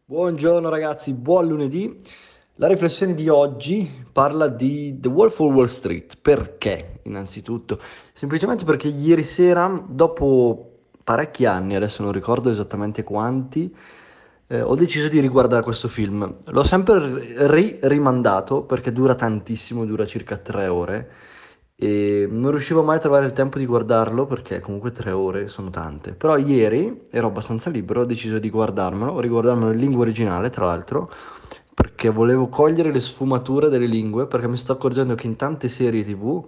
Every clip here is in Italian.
Buongiorno ragazzi, buon lunedì. La riflessione di oggi parla di The Wolf of Wall Street. Perché? Innanzitutto, semplicemente perché ieri sera, dopo parecchi anni, adesso non ricordo esattamente quanti, ho deciso di riguardare questo film. L'ho sempre rimandato perché dura tantissimo, dura circa 3 ore e non riuscivo mai a trovare il tempo di guardarlo perché comunque 3 ore sono tante. Però ieri ero abbastanza libero, ho deciso di guardarmelo, riguardarmelo in lingua originale tra l'altro, perché volevo cogliere le sfumature delle lingue, perché mi sto accorgendo che in tante serie TV,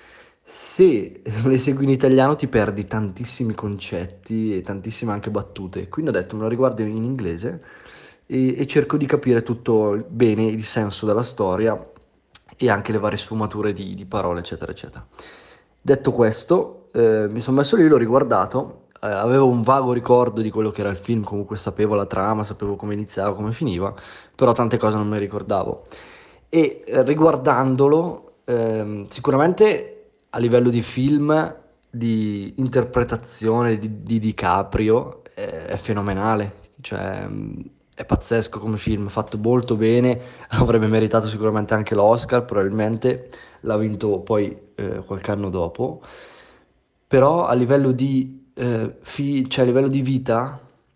se le segui in italiano ti perdi tantissimi concetti e tantissime anche battute. Quindi ho detto me lo riguardo in inglese e cerco di capire tutto bene il senso della storia e anche le varie sfumature di parole, eccetera, eccetera. Detto questo, mi sono messo lì, l'ho riguardato, avevo un vago ricordo di quello che era il film, comunque sapevo la trama, sapevo come iniziava, come finiva, però tante cose non me le ricordavo. E riguardandolo, sicuramente a livello di film, di interpretazione di DiCaprio, è fenomenale, cioè è pazzesco come film, fatto molto bene, avrebbe meritato sicuramente anche l'Oscar, probabilmente l'ha vinto poi qualche anno dopo, però a livello cioè a livello di vita,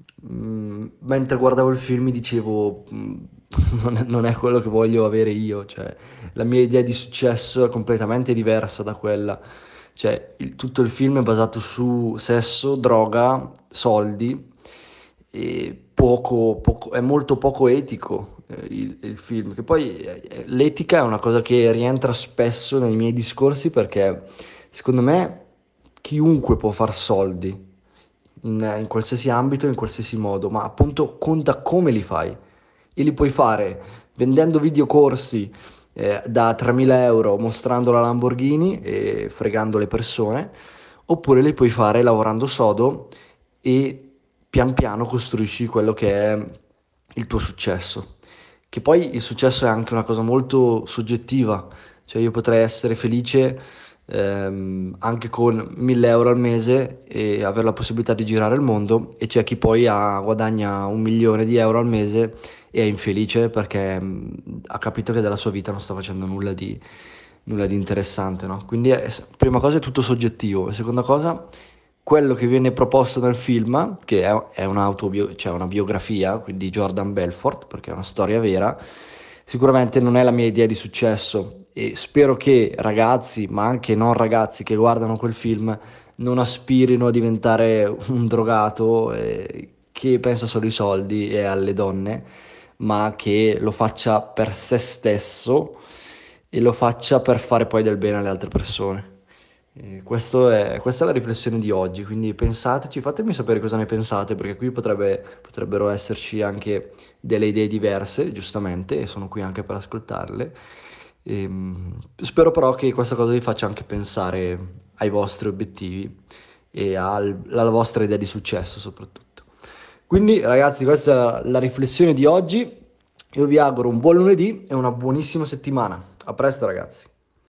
mentre guardavo il film mi dicevo, non è quello che voglio avere io, cioè la mia idea di successo è completamente diversa da quella, cioè tutto il film è basato su sesso, droga, soldi e è molto poco etico il film, che poi l'etica è una cosa che rientra spesso nei miei discorsi perché secondo me chiunque può far soldi in qualsiasi ambito, in qualsiasi modo, ma appunto conta come li fai. E li puoi fare vendendo videocorsi da 3.000 euro mostrando la Lamborghini e fregando le persone, oppure li puoi fare lavorando sodo e pian piano costruisci quello che è il tuo successo. Che poi il successo è anche una cosa molto soggettiva, cioè io potrei essere felice anche con 1.000 euro al mese e avere la possibilità di girare il mondo e c'è chi poi guadagna 1 milione di euro al mese e è infelice perché ha capito che della sua vita non sta facendo nulla di interessante, no? Quindi prima cosa è tutto soggettivo e seconda cosa quello che viene proposto nel film, che è cioè una biografia, quindi Jordan Belfort, perché è una storia vera, sicuramente non è la mia idea di successo e spero che ragazzi, ma anche non ragazzi che guardano quel film, non aspirino a diventare un drogato che pensa solo ai soldi e alle donne, ma che lo faccia per se stesso e lo faccia per fare poi del bene alle altre persone. Questa è la riflessione di oggi, quindi pensateci, fatemi sapere cosa ne pensate, perché qui potrebbero esserci anche delle idee diverse, giustamente, e sono qui anche per ascoltarle. Spero però che questa cosa vi faccia anche pensare ai vostri obiettivi e alla vostra idea di successo soprattutto. Quindi ragazzi, questa è la riflessione di oggi. Io vi auguro un buon lunedì e una buonissima settimana. A presto ragazzi.